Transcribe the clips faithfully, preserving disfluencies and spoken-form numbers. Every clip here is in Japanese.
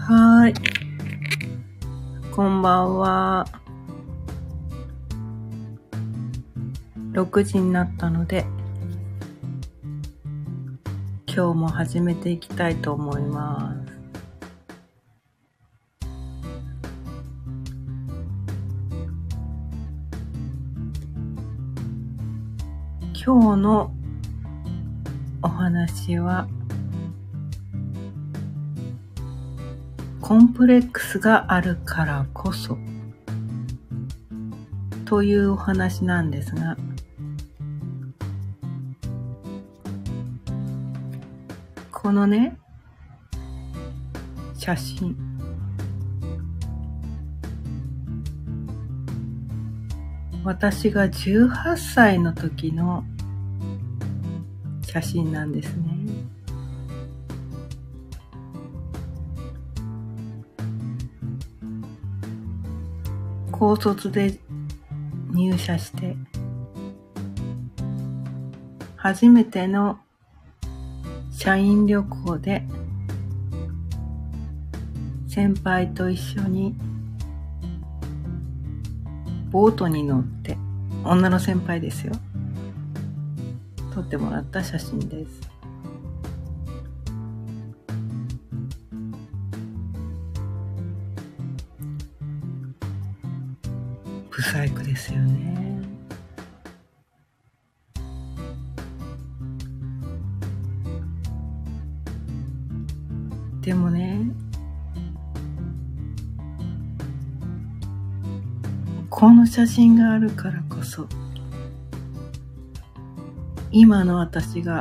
はーい、こんばんは。ろくじになったので今日も始めていきたいと思います。今日のお話はコンプレックスがあるからこそというお話なんですが、このね写真、私がじゅうはっさいの時の写真なんですね。高卒で入社して初めての社員旅行で先輩と一緒にボートに乗って、女の先輩ですよ、撮ってもらった写真です。ブサイクですよね。でもね、この写真があるからこそ今の私が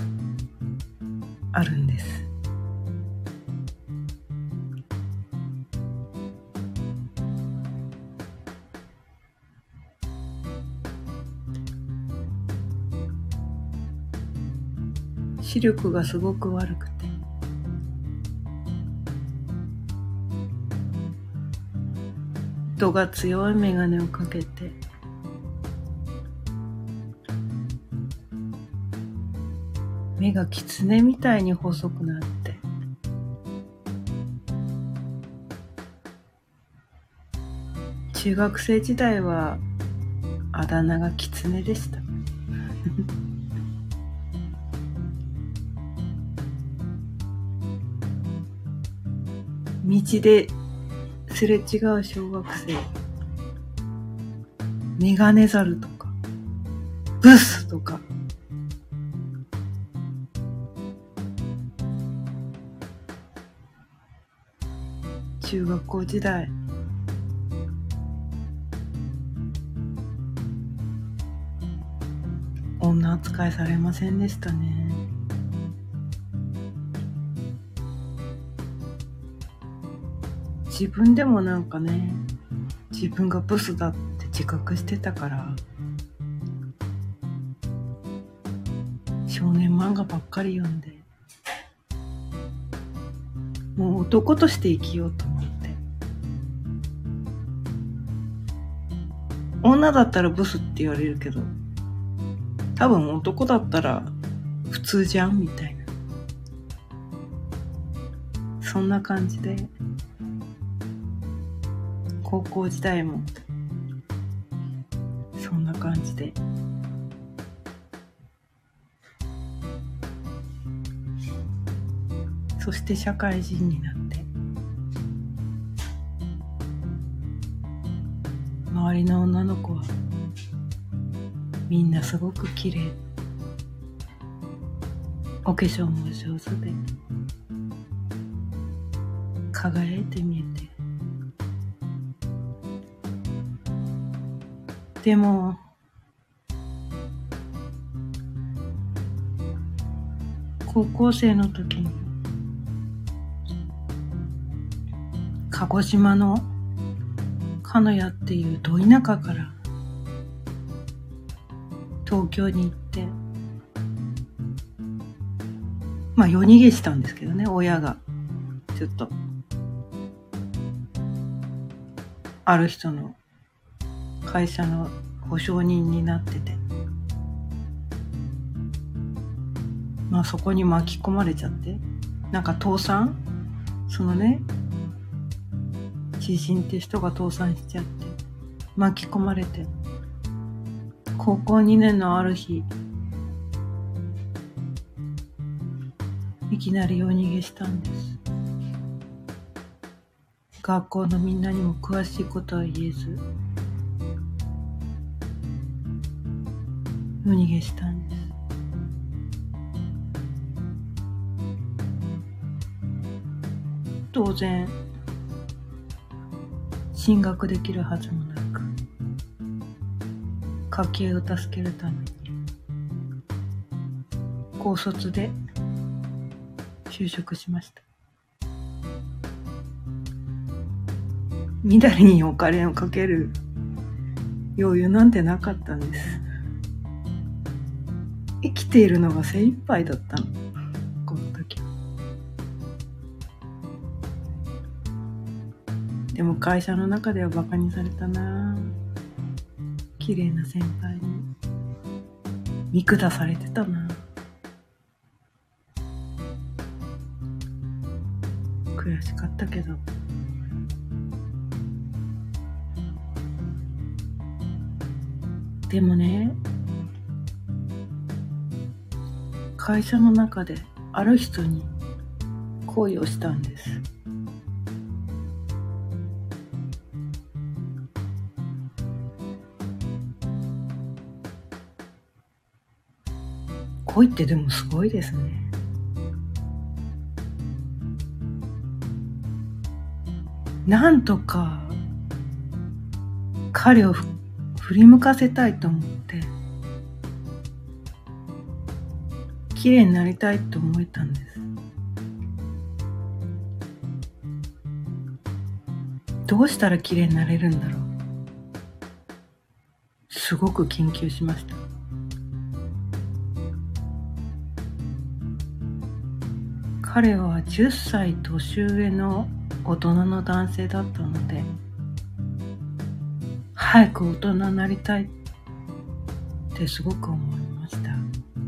あるんです。視力がすごく悪くて、度が強い眼鏡をかけて、目が狐みたいに細くなって、中学生時代はあだ名が狐でした。道ですれ違う小学生、メガネザルとかブスとか中学校時代女扱いされませんでしたね。自分でもなんかね、自分がブスだって自覚してたから少年漫画ばっかり読んで、もう男として生きようと思って、女だったらブスって言われるけど多分男だったら普通じゃんみたいな、そんな感じで高校時代もそんな感じで、そして社会人になって周りの女の子はみんなすごく綺麗、お化粧も上手で輝いて見えて、でも高校生の時に鹿児島の鹿屋っていうど田舎から東京に行って、まあ夜逃げしたんですけどね、親がちょっとある人の会社の保証人になってて、まあそこに巻き込まれちゃって、なんか倒産、そのね知人って人が倒産しちゃって巻き込まれて、高校にねんのある日いきなり夜逃げしたんです。学校のみんなにも詳しいことは言えず夜逃げしたんです。当然進学できるはずもなく、家計を助けるために高卒で就職しました。みだりにお金をかける余裕なんてなかったんです。生きているのが精一杯だったの、この時。でも会社の中ではバカにされたな。綺麗な先輩に見下されてたな。悔しかったけど、でもね、会社の中である人に恋をしたんです。恋ってでもすごいですね。なんとか彼を振り向かせたいと思って綺麗になりたいと思えたんです。どうしたら綺麗になれるんだろう。すごく研究しました。彼はじゅっさい年上の大人の男性だったので、早く大人になりたいってすごく思いました。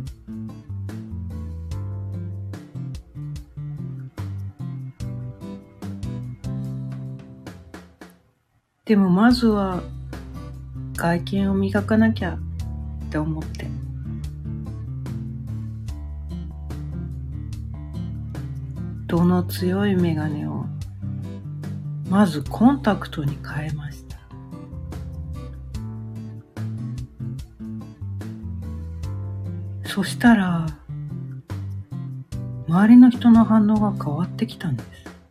でもまずは外見を磨かなきゃって思って、度の強いメガネをまずコンタクトに変えました。そしたら周りの人の反応が変わってきたんです。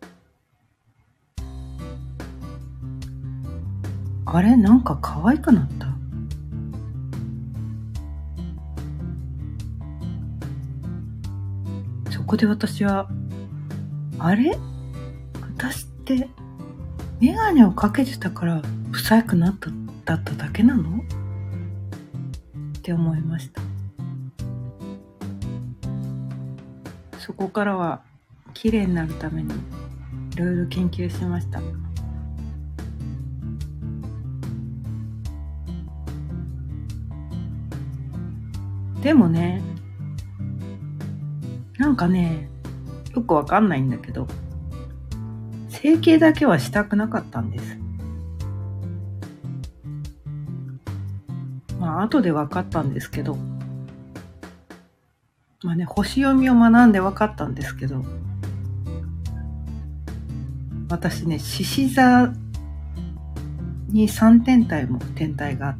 あれ、なんか可愛くなった。そこで私は、あれ？私ってメガネをかけてたから不細工なっただっただけなの？って思いました。そこからは綺麗になるためにいろいろ研究しました。でもね、なんかね、よくわかんないんだけど、整形だけはしたくなかったんです。まあ後でわかったんですけど、まあね、星読みを学んでわかったんですけど、私ね、獅子座にさん天体も天体があって、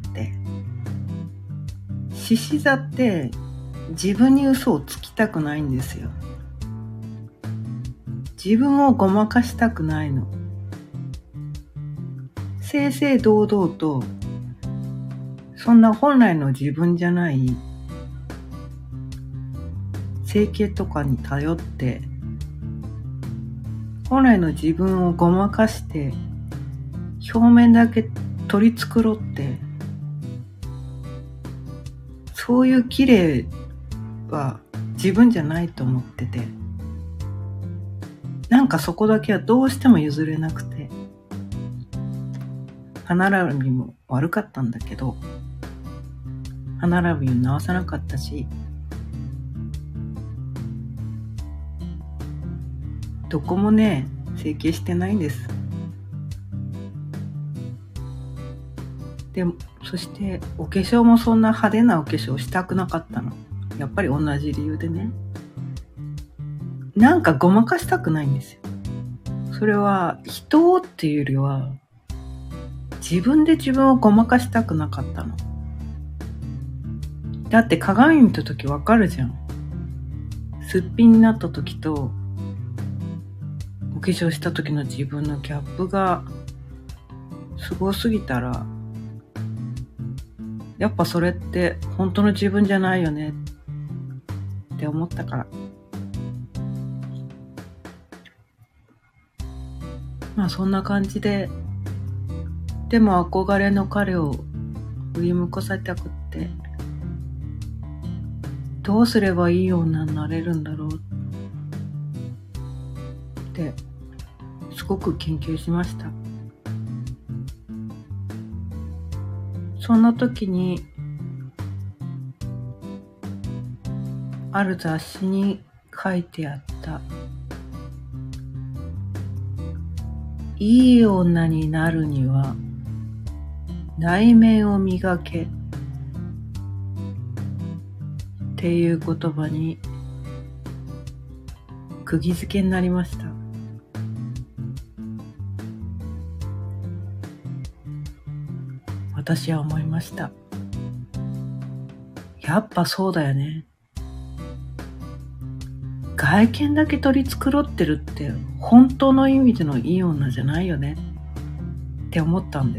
獅子座って自分に嘘をつきたくないんですよ。自分をごまかしたくないの。正々堂々と、そんな本来の自分じゃない整形とかに頼って本来の自分をごまかして表面だけ取り繕って、そういう綺麗は自分じゃないと思ってて、なんかそこだけはどうしても譲れなくて、歯並びも悪かったんだけど歯並びを直さなかったし、どこもね整形してないんです。 でそしてお化粧もそんな派手なお化粧したくなかったの。やっぱり同じ理由でね、なんかごまかしたくないんですよ。それは人っていうよりは自分で自分をごまかしたくなかったの。だって鏡見た時わかるじゃん。すっぴんになった時とお化粧した時の自分のギャップがすごすぎたら、やっぱそれって本当の自分じゃないよねって思ったから。まあそんな感じで、でも憧れの彼を振り向かせたくって、どうすればいい女になれるんだろうってすごく研究しました。そんな時にある雑誌に書いてあった、いい女になるには内面を磨けっていう言葉に釘付けになりました。私は思いました。やっぱそうだよね。外見だけ取り繕ってるって本当の意味でのいい女じゃないよねって思ったんです。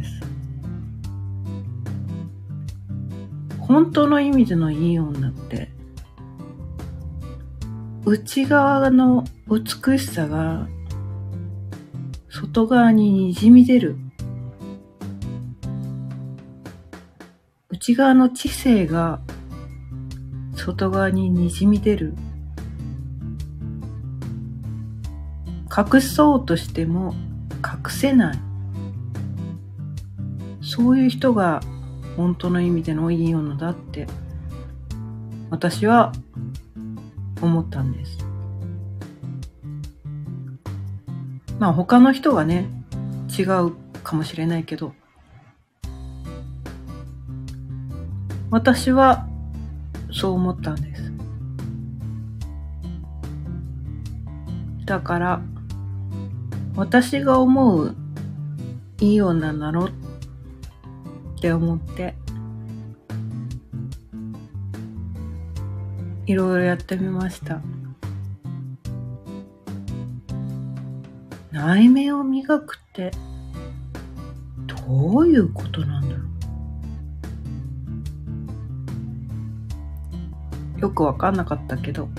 本当の意味でのいい女って内側の美しさが外側に滲み出る、内側の知性が外側に滲み出る、隠そうとしても隠せない、そういう人が本当の意味でのいい女だって私は思ったんです。まあ他の人はね違うかもしれないけど、私はそう思ったんです。だから私が思ういい女になろうって思っていろいろやってみました。内面を磨くってどういうことなんだろう。よくわかんなかったけど、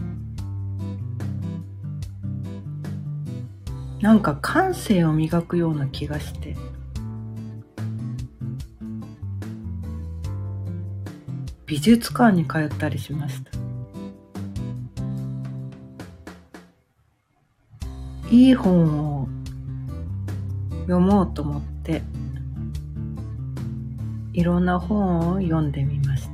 なんか感性を磨くような気がして、美術館に通ったりしました。いい本を読もうと思っていろんな本を読んでみました。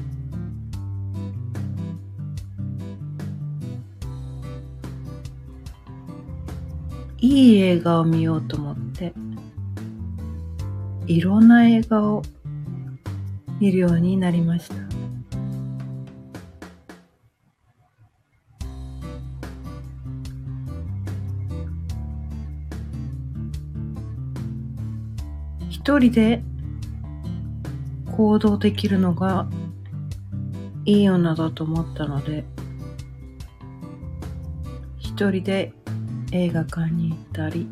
いい映画を見ようと思っていろんな映画を見るようになりました。一人で行動できるのがいい女だと思ったので、一人で映画館に行ったり、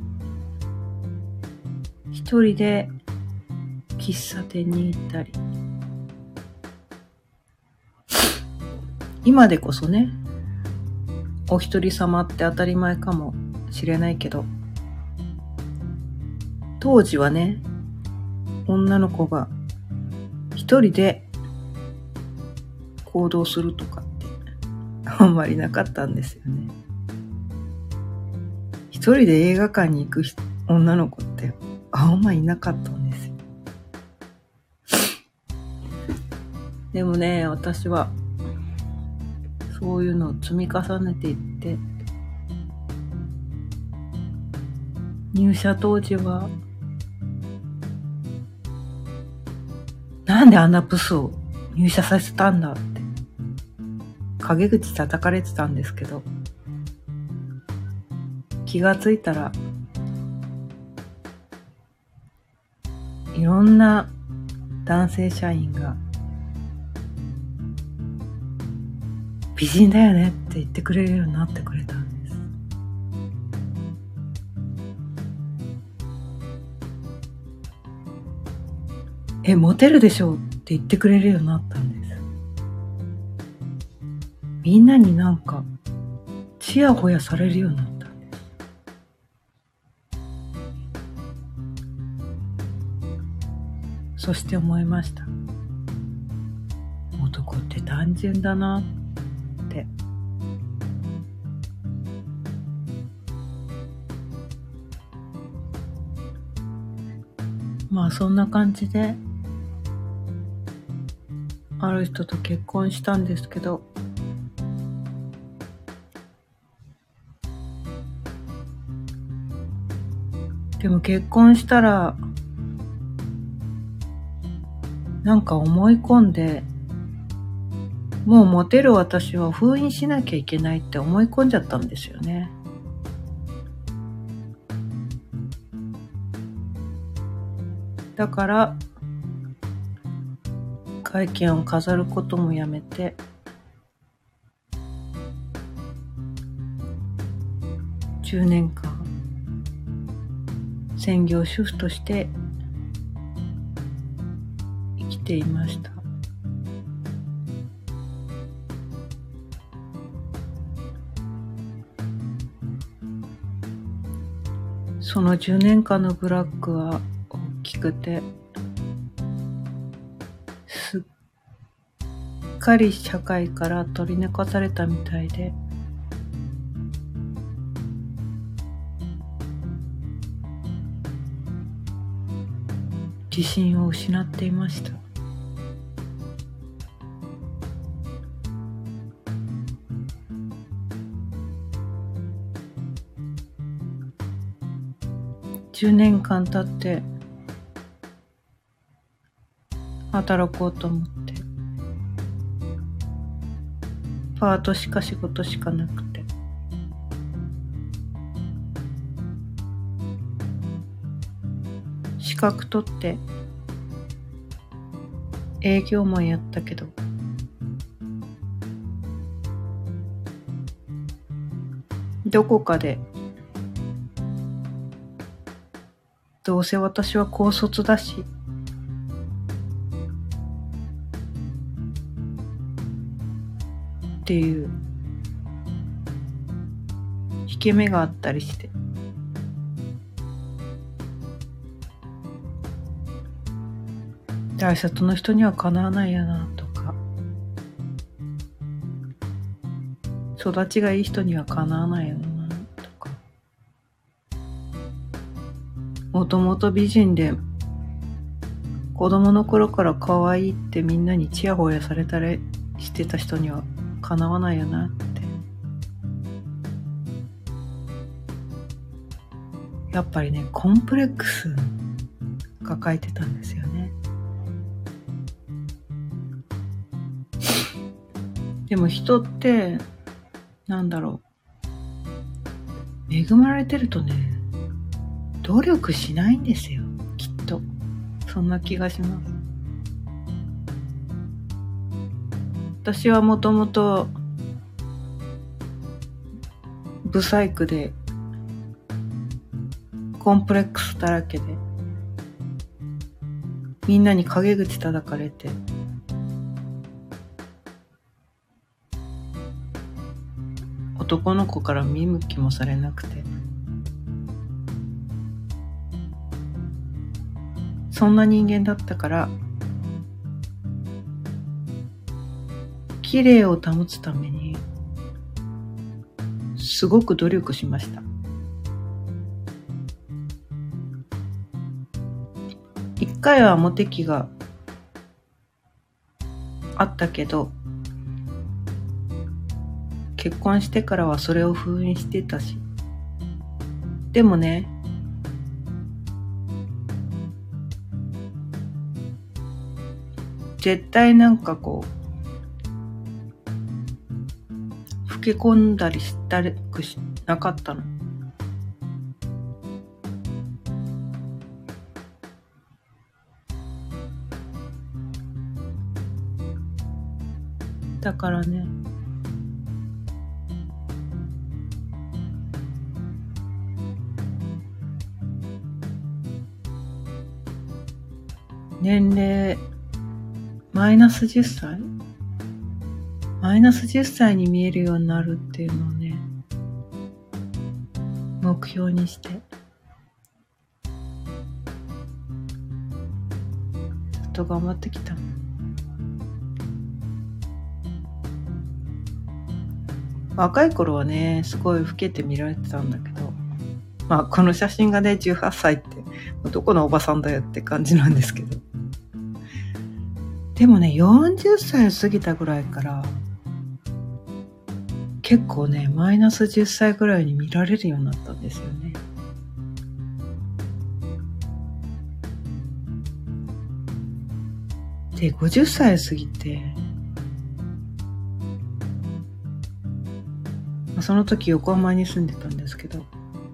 一人で喫茶店に行ったり、今でこそね、お一人様って当たり前かもしれないけど、当時はね、女の子が一人で行動するとかってあんまりなかったんですよね。一人で映画館に行く女の子ってあんまりいなかったんですよ。でもね、私はそういうのを積み重ねていって、入社当時はなんであんなブスを入社させたんだって陰口叩かれてたんですけど、気がついたらいろんな男性社員が美人だよねって言ってくれるようになってくれたんです。え、モテるでしょって言ってくれるようになったんです。みんなになんかちやほやされるようになったんです。そして思いました。男って単純だなって。まあそんな感じである人と結婚したんですけど、でも結婚したらなんか思い込んで、もうモテる私は封印しなきゃいけないって思い込んじゃったんですよね。だから会見を飾ることもやめて、じゅうねんかん専業主婦として生きていました。そのじゅうねんかんのブラックは大きくて、すっかり社会から取り抜かされたみたいで、自信を失っていました。じゅうねんかん経って働こうと思ってパートしか仕事しかなくて、資格取って営業マンやったけど、どこかでどうせ私は高卒だしっていう引け目があったりして、大里の人にはかなわないやなとか、育ちがいい人にはかなわないよなとか、もともと美人で子供の頃から可愛いってみんなにチヤホヤされたりしてた人にはかなわないよなって、やっぱりねコンプレックス抱えてたんですよね。でも人ってなんだろう、恵まれてるとね努力しないんですよ、きっと。そんな気がします。私はもともとブサイクでコンプレックスだらけで、みんなに陰口叩かれて、男の子から見向きもされなくて、そんな人間だったから、綺麗を保つためにすごく努力しました。一回はモテ期があったけど、結婚してからはそれを封印してたし、でもね、 絶対なんかこう老け込んだりしたくしなかったの。だからね、年齢マイナスじゅっさいマイナスじゅっさいに見えるようになるっていうのをね、目標にしてずっと頑張ってきたの。若い頃はね、すごい老けて見られてたんだけど、まあこの写真がね、じゅうはっさいってどこのおばさんだよって感じなんですけど、でもね、よんじゅっさい過ぎたぐらいから結構ね、マイナスじゅっさいぐらいに見られるようになったんですよね。で、ごじゅっさい過ぎて、その時横浜に住んでたんですけど、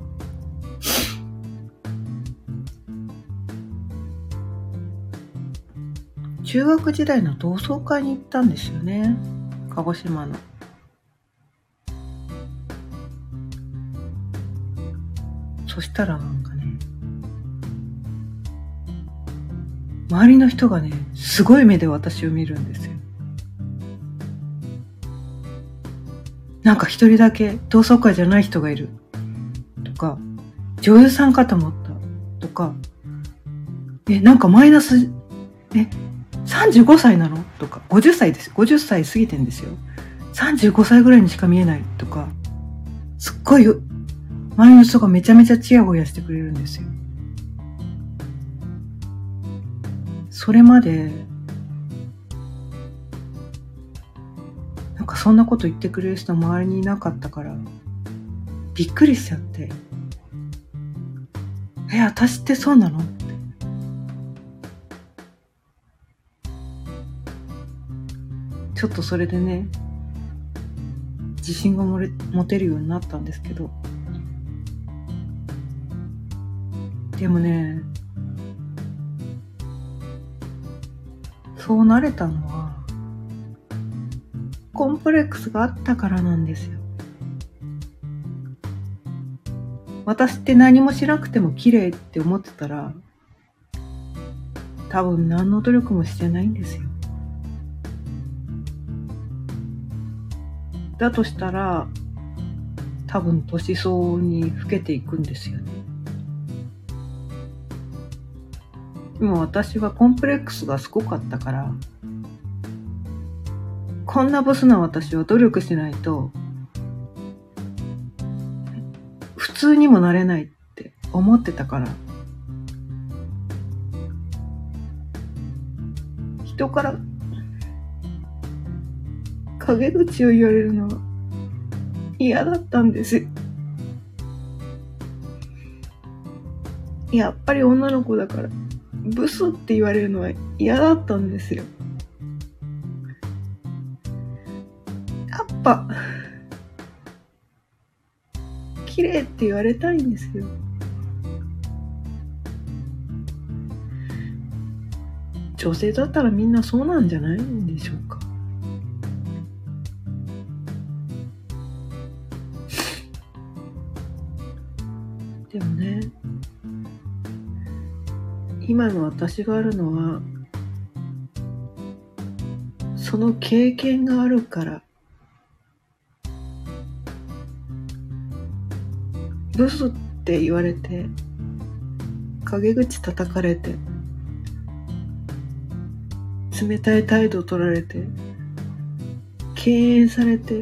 中学時代の同窓会に行ったんですよね、鹿児島の。そしたらなんかね、周りの人がね、すごい目で私を見るんですよ。なんか一人だけ同窓会じゃない人がいるとか、女優さんかと思ったとか、え、なんかマイナス、え、さんじゅうごさいなのとか、ごじゅっさいです。ごじゅっさい過ぎてんですよ。さんじゅうごさいぐらいにしか見えないとか、すっごい、周りの人がめちゃめちゃチヤホヤしてくれるんですよ。それまで、なんかそんなこと言ってくれる人周りにいなかったからびっくりしちゃって、え、私ってそうなのって。ちょっとそれでね、自信が持てるようになったんですけど、でもね、そうなれたのはコンプレックスがあったからなんですよ。私って何もしなくても綺麗って思ってたら、多分何の努力もしてないんですよ。だとしたら、多分年相応に老けていくんですよね。でも私はコンプレックスがすごかったから、こんなブスな私は努力しないと普通にもなれないって思ってたから、人から陰口を言われるのは嫌だったんですよ。やっぱり女の子だからブスって言われるのは嫌だったんですよ。やっぱ綺麗って言われたいんですよ。女性だったらみんなそうなんじゃないんでしょうか。でもね、今の私があるのはその経験があるから。ブスって言われて、陰口叩かれて、冷たい態度取られて、敬遠されて、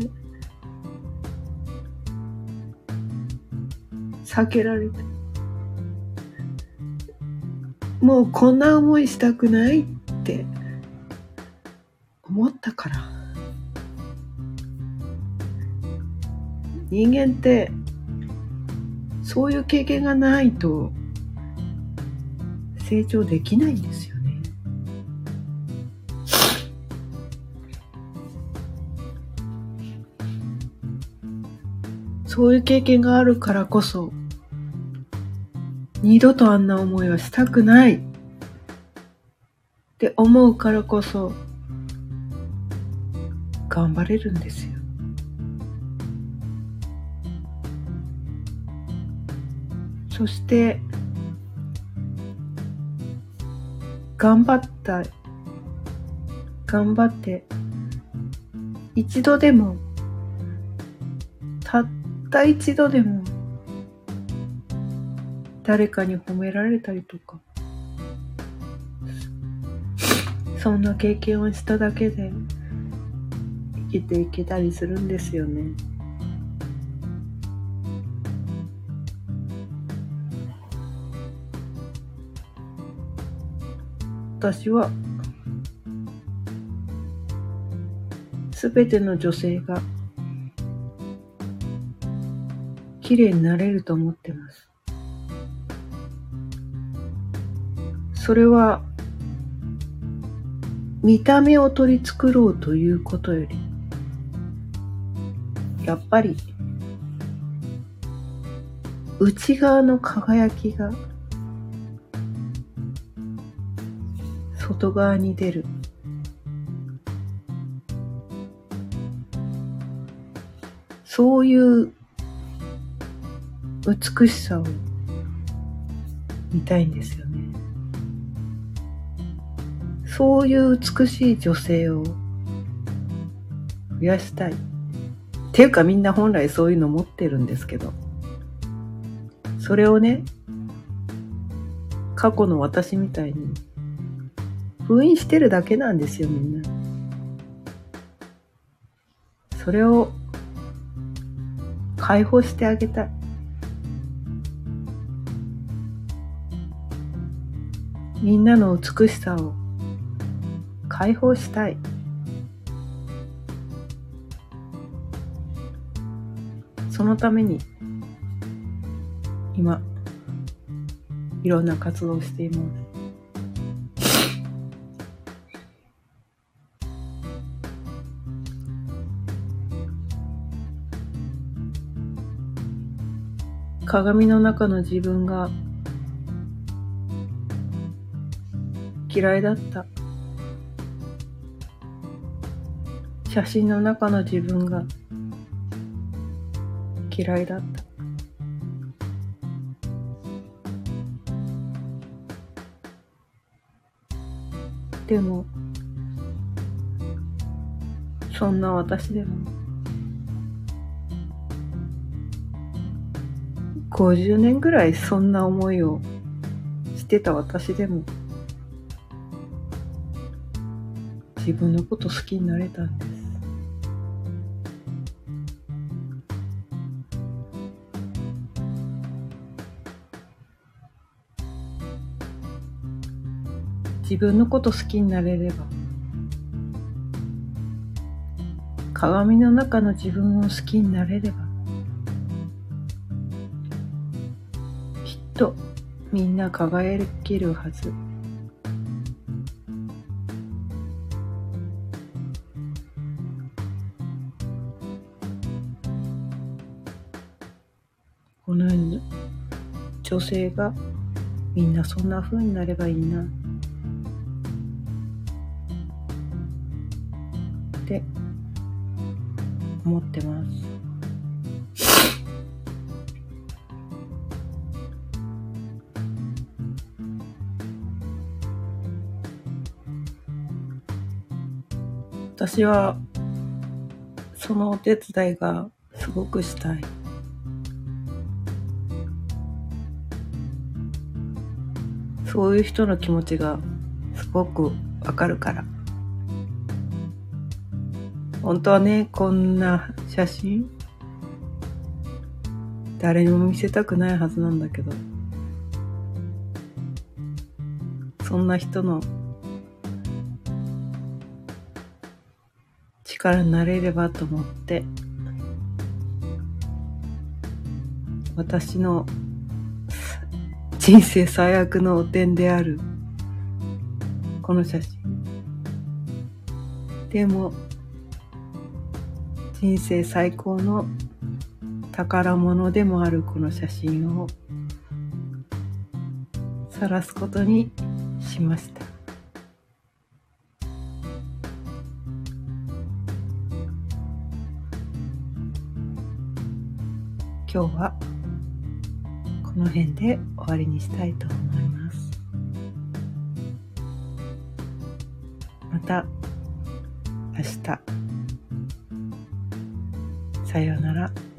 避けられて、もうこんな思いしたくないって思ったから。人間ってそういう経験がないと成長できないんですよね。 そういう経験があるからこそ、二度とあんな思いはしたくないって思うからこそ頑張れるんですよ。そして頑張った頑張って一度でもたった一度でも誰かに褒められたりとか、そんな経験をしただけで生きていけたりするんですよね。私はすべての女性が綺麗になれると思ってます。それは見た目を取り繕うということより、やっぱり内側の輝きが外側に出る。そういう美しさを見たいんですよね。そういう美しい女性を増やしたい。っていうかみんな本来そういうの持ってるんですけど、それをね、過去の私みたいに封印してるだけなんですよ、みんな。それを解放してあげたい。みんなの美しさを解放したい。そのために今いろんな活動をしています。鏡の中の自分が嫌いだった。写真の中の自分が嫌いだった。でもそんな私でもごじゅうねんぐらいそんな思いをしてた私でも自分のこと好きになれたんです。自分のこと好きになれれば、鏡の中の自分を好きになれれば、きっとみんな輝けるはず。このように女性がみんなそんな風になればいいなって思ってます。私はそのお手伝いがすごくしたい。そういう人の気持ちがすごくわかるから。本当はね、こんな写真誰にも見せたくないはずなんだけど、そんな人の力になれればと思って、私の人生最悪の汚点であるこの写真でも人生最高の宝物でもあるこの写真を晒すことにしました。今日はこの辺で終わりにしたいと思います。また明日。さようなら。